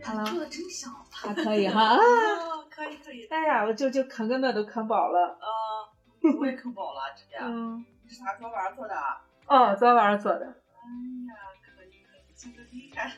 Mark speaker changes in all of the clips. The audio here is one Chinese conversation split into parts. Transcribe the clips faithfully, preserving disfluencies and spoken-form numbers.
Speaker 1: 好了，
Speaker 2: 做的真香，
Speaker 1: 还可以哈。
Speaker 2: 哦，可以可以。
Speaker 1: 哎呀，我就就啃个那都啃饱了。
Speaker 2: 呃，我也啃饱了，直接。
Speaker 1: 嗯。
Speaker 2: 这啥昨晚上做的？
Speaker 1: 哦，昨晚上做的。
Speaker 2: 哎呀，可以可以，真的厉害。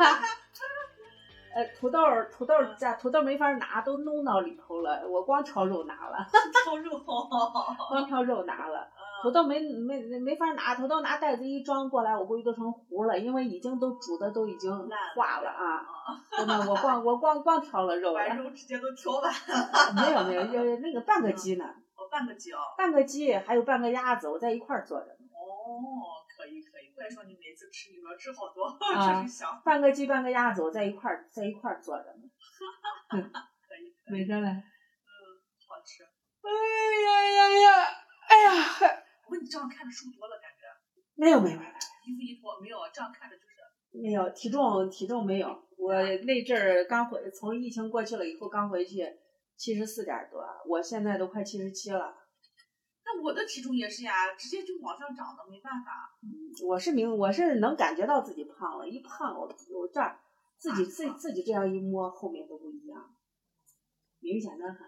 Speaker 1: 呃，土豆土豆加土豆没法拿，都弄到里头了。我光挑肉拿了。
Speaker 2: 挑肉。
Speaker 1: 光挑肉拿了。土豆没没没法拿，土豆拿袋子一装过来，我估计都成糊了，因为已经都煮的都已经化了啊。真的，我光我光光挑了肉了。
Speaker 2: 把肉直接都挑完了。
Speaker 1: 没有没有，要那个半个鸡呢。
Speaker 2: 哦，半个鸡哦。
Speaker 1: 半个鸡还有半个鸭子，我在一块儿做着。
Speaker 2: 哦，可以可以，怪说你每次吃你说吃好多，
Speaker 1: 啊、
Speaker 2: 真是香。
Speaker 1: 半个鸡半个鸭子，我在一块儿在一块儿做着呢。
Speaker 2: 可以。
Speaker 1: 没着嘞。
Speaker 2: 嗯，好吃。
Speaker 1: 哎呀呀呀！哎呀！
Speaker 2: 我问你这样看着瘦多了感觉？
Speaker 1: 没有没有没有。
Speaker 2: 衣服一脱没有，这样看着就是。
Speaker 1: 没有体重体重没有，我那阵儿刚回从疫情过去了以后刚回去，七十四点多，我现在都快七十七了。
Speaker 2: 那我的体重也是呀，直接就往上涨的，没办法。
Speaker 1: 嗯，我是明我是能感觉到自己胖了，一胖我我这儿自己自己自己这样一摸，后面都不一样，明显的很。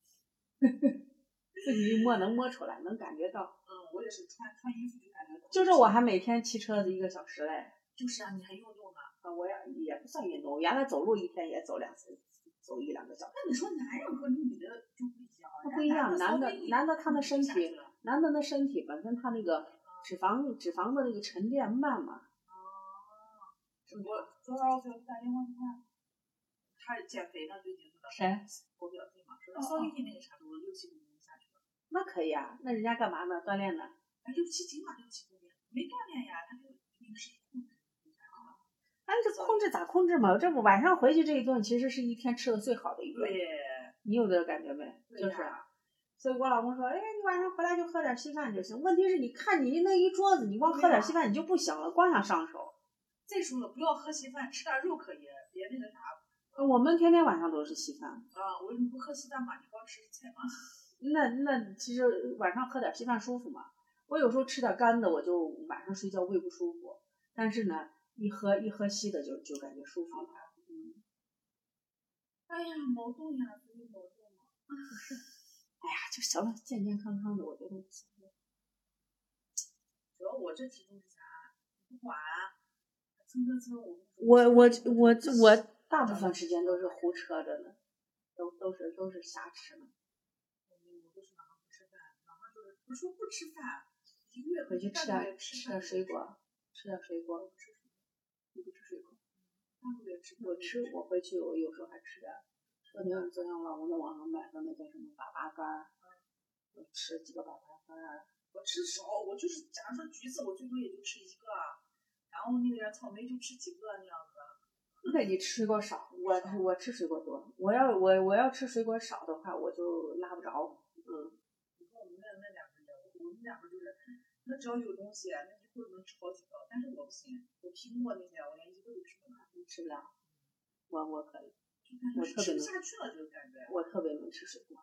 Speaker 1: 自己一摸能摸出来，能感觉到。
Speaker 2: 嗯，我也是穿穿衣服就感觉。
Speaker 1: 就是我还每天骑车子一个小时嘞。
Speaker 2: 就是啊，你还运动呢。
Speaker 1: 啊，我也也不算运动，原来走路一天也走两次，走一两个小时。
Speaker 2: 那你说男人和女的就不一样啊？
Speaker 1: 不一样，男的男的他的身体，男的那身体本身他那个脂肪脂肪的那个沉淀慢嘛。
Speaker 2: 哦。我昨晚我给我打电话看，他减肥呢，最近说的。
Speaker 1: 谁？
Speaker 2: 我表弟嘛，说稍微一那个啥都六七公斤下去了。
Speaker 1: 那可以啊，那人家干嘛呢？锻炼呢？
Speaker 2: 哎，六七斤嘛，六七公斤，没锻炼呀，他就饮食控制。
Speaker 1: 哎，这控制咋控制嘛？这不晚上回去这一顿，其实是一天吃的最好的一顿。
Speaker 2: 对。
Speaker 1: 你有这个感觉没？就是。所以我老公说，哎，你晚上回来就喝点稀饭就行。问题是，你看你那一桌子，你光喝点稀饭你就不行了，光想上手。
Speaker 2: 再说了，不要喝稀饭，吃点肉可以，别那个啥。
Speaker 1: 我们天天晚上都是稀饭。
Speaker 2: 啊，我说你不喝稀饭嘛，你光吃菜嘛。
Speaker 1: 那那其实晚上喝点稀饭舒服嘛。我有时候吃点干的，我就晚上睡觉胃不舒服。但是呢，一喝一喝稀的就就感觉舒服了。嗯。
Speaker 2: 哎呀，矛盾呀，所以矛盾嘛。
Speaker 1: 不是。哎呀，就行了，健健康康的，我觉得不行。
Speaker 2: 主要我这体重是啥？不管，蹭蹭蹭我。
Speaker 1: 我我我我大部分时间都是胡扯着呢，都都是都是瞎吃呢。
Speaker 2: 我都是晚上不吃饭，晚上就是不说不吃饭，一个月
Speaker 1: 回去吃点吃点水果，吃点水果。你不吃水果？我吃，我回去我有时候还吃点。昨天昨天我老公在网上买的那叫什么粑粑干，我吃几个粑粑干。
Speaker 2: 我吃少，我就是假如说橘子，我最多也就吃一个，然后那个草莓就吃几个那样子。
Speaker 1: 那你吃水果少，我我吃水果多。我要我我要吃水果少的话，我就拉不着。嗯。
Speaker 2: 你看我们那那两个人，我们两个就是，那只要有东西，那一会儿能吃好几个。但是我不行，我苹果那些我连一个都吃不了，
Speaker 1: 吃不了。我我可以。
Speaker 2: 我特别能吃不下去了，这个感觉。
Speaker 1: 我特别能吃水果。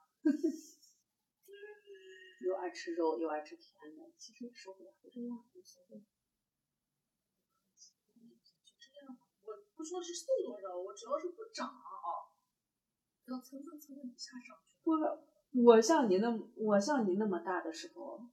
Speaker 1: 又爱吃肉又爱吃甜的，其实也受不了，就这样无所谓。
Speaker 2: 我不说是瘦多少，我只要是不长啊，要蹭蹭蹭一下上去。
Speaker 1: 我我像你那我像你那么大的时候，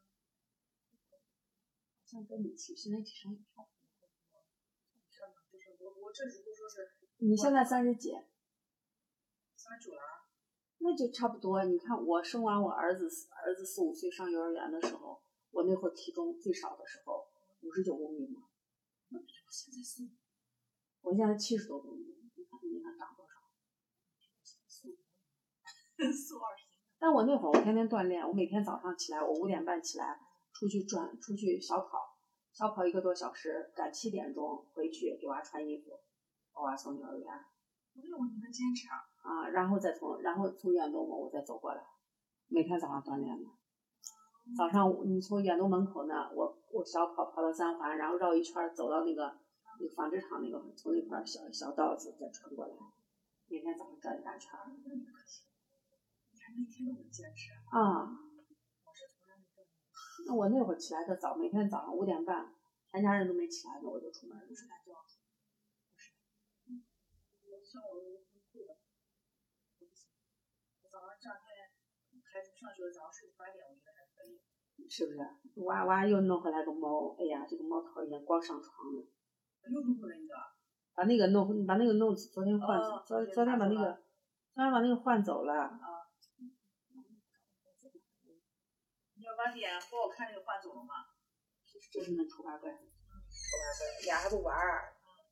Speaker 1: 像跟你其实那体重也差不多。
Speaker 2: 就是我我这如果说是
Speaker 1: 你现在三十几？
Speaker 2: 三十九了。
Speaker 1: 那就差不多。你看我生完我儿子，儿子四五岁上幼儿园的时候，我那会儿体重最少的时候五十九公斤嘛。
Speaker 2: 那比我现在四，
Speaker 1: 我现在七十多公斤，你看你看长多少？
Speaker 2: 四四二十。
Speaker 1: 但我那会儿我天天锻炼，我每天早上起来，我五点半起来出去转，出去小跑，小跑一个多小时，赶七点钟回去给娃穿衣服，把娃送幼儿园。
Speaker 2: 没有你们坚持啊！
Speaker 1: 啊，然后再从然后从远东我再走过来，每天早上锻炼的。早上你从远东门口呢，我我小跑跑到三环，然后绕一圈走到那个那个纺织厂那个，从那块小小道子再穿过来，每天早上转一大圈。
Speaker 2: 你还每天都能坚持
Speaker 1: 啊？
Speaker 2: 我是从来没锻炼。
Speaker 1: 那我那会儿起来的早，每天早上五点半，全家人都没起来呢，我就出门，不是懒觉。
Speaker 2: 我像我我不的，我不行。我早上这两天孩子上学，早上睡八点，我觉得还可以。
Speaker 1: 是不是？娃娃又弄回来个猫，哎呀，这个猫头鹰光上床了。
Speaker 2: 又弄回来一个。
Speaker 1: 把那个弄，把那个弄，昨天换，
Speaker 2: 哦、
Speaker 1: 昨昨天把那个，昨天把那个换走了。
Speaker 2: 啊。你要把脸不好看那个换走了吗？
Speaker 1: 就是那丑八怪，丑八怪，俩还不玩儿。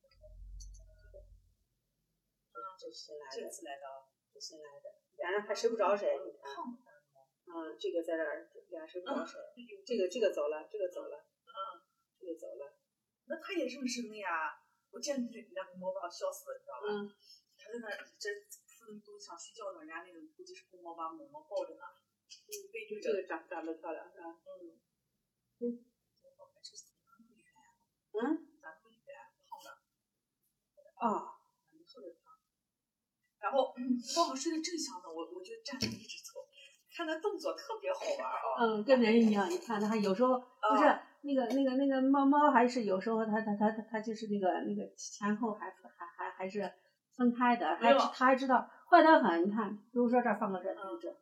Speaker 1: 这新来的，
Speaker 2: 这次来的，
Speaker 1: 这新来的，俩人还睡不着谁？你看，嗯，这个在这儿，俩睡不着谁？这个这个走了，这个走了，
Speaker 2: 嗯，
Speaker 1: 这个走了。
Speaker 2: 那他也认生的呀！我见那两个猫把我笑死了，你知道吧？
Speaker 1: 嗯。
Speaker 2: 他在那这扑棱都想睡觉呢，人家那个估计是公猫把母猫抱着呢。嗯，背对着。
Speaker 1: 这个长长得漂亮是吧？
Speaker 2: 嗯。
Speaker 1: 嗯。嗯？
Speaker 2: 咋那么圆？胖的。
Speaker 1: 啊。
Speaker 2: 然后，嗯，抱好睡得正香呢，我我就站着一直凑，看他动作特别好玩啊。
Speaker 1: 嗯，跟人一样，你看他有时候不是、哦、那个那个那个猫猫还是有时候它它它它它就是那个那个前后还还还还是分开的，还他还知道坏得很。你看，比如说这儿放个这，放个这，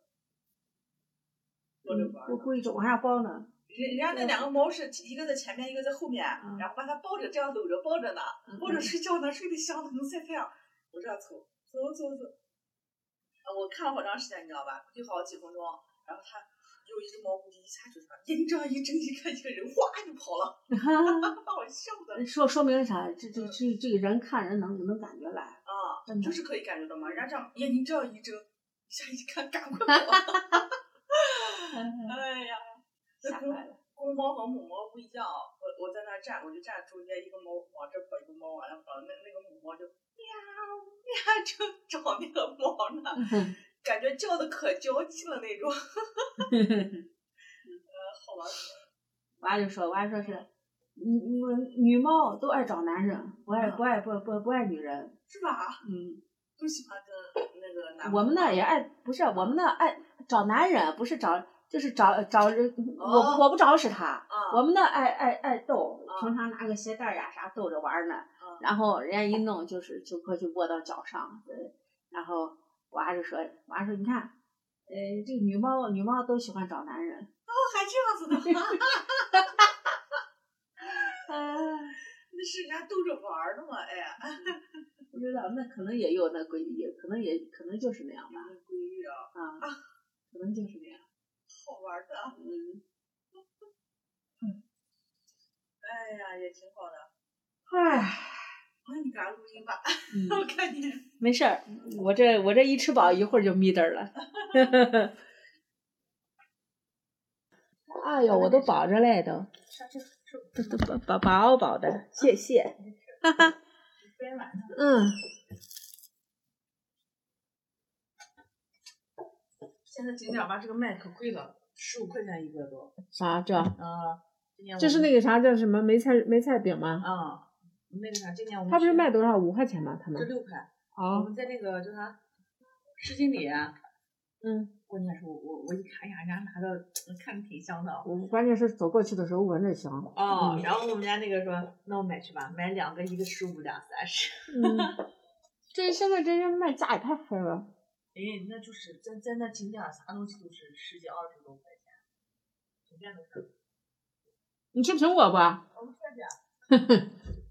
Speaker 1: 嗯，我故意往下包呢。
Speaker 2: 人人家那两个猫是一个在前面，一个在后面，嗯、然后把它抱着，这样搂着抱着呢，嗯、抱着睡觉呢，睡得香的能晒太阳。我这样凑。走走走，啊！我看了好长时间，你知道吧？就好几分钟，然后他有一只猫估计一下就说，眼这样一睁，一看一个人，哗就跑了，把我笑的。
Speaker 1: 说说明啥？这这这这个人看人能能感觉来
Speaker 2: 啊，就是可以感觉到嘛。人家这样眼睛这样一睁，一下一看，赶快跑！哎呀，
Speaker 1: 吓坏了。
Speaker 2: 公猫和母猫不一样，我我在那站，我就站中间，一个猫往这跑，一个猫往那跑，那那个母猫就。喵喵，就找那个猫呢，感觉叫的可娇气了那种。呃，好玩死了。
Speaker 1: 娃就说，娃说是，女女猫都爱找男人，不爱不爱不不不爱女人。
Speaker 2: 是吧？
Speaker 1: 嗯。
Speaker 2: 都喜欢跟那个男。
Speaker 1: 我们那也爱，不是我们那爱找男人，不是找，就是找找人。
Speaker 2: 哦、
Speaker 1: 我我不找是他，
Speaker 2: 哦、
Speaker 1: 我们那爱爱爱逗，
Speaker 2: 哦、
Speaker 1: 平常拿个鞋带呀啥逗着玩呢。
Speaker 2: 哦、
Speaker 1: 然后人家一弄就是就过去窝到脚上，然后娃就说，娃说你看，呃，这个女猫女猫都喜欢找男人。
Speaker 2: 哦，还这样子的。
Speaker 1: 啊，
Speaker 2: 那是人家逗着玩的嘛，哎呀。
Speaker 1: 不知道，那可能也有那规矩，可能也可能就是那样吧。
Speaker 2: 规矩啊。
Speaker 1: 啊。可能就是那样。
Speaker 2: 好玩的。
Speaker 1: 嗯。
Speaker 2: 嗯。哎呀，也挺好的。
Speaker 1: 唉。
Speaker 2: 那你赶快录音吧，
Speaker 1: 嗯、
Speaker 2: 我看你。
Speaker 1: 没事儿，我这我这一吃饱，一会儿就眯瞪了。哎呦，我都饱着嘞都。都都饱饱饱饱的，谢谢。哈哈。嗯。
Speaker 2: 现在景点吧，这个麦可贵了，十五块钱一个都。
Speaker 1: 啥这？
Speaker 2: 啊。
Speaker 1: 这是那个啥叫什么梅菜梅菜饼吗？
Speaker 2: 啊。那个啥，今年我们
Speaker 1: 他不是卖多少？五块钱吗？他们
Speaker 2: 这六块。
Speaker 1: 哦。
Speaker 2: 我们在那个叫啥市经理。
Speaker 1: 嗯。
Speaker 2: 关键是我我我一看呀，人家拿的看着挺香的。
Speaker 1: 我关键是走过去的时候闻着香。
Speaker 2: 哦、嗯。然后我们家那个说，那我买去吧，买两个，一个十五，两三十。
Speaker 1: 嗯。这现在这些卖价也太黑了。
Speaker 2: 哎，那就是在在那景点啥东西都是十几二十多块钱，随便都是。
Speaker 1: 你吃苹果不？
Speaker 2: 我不吃的。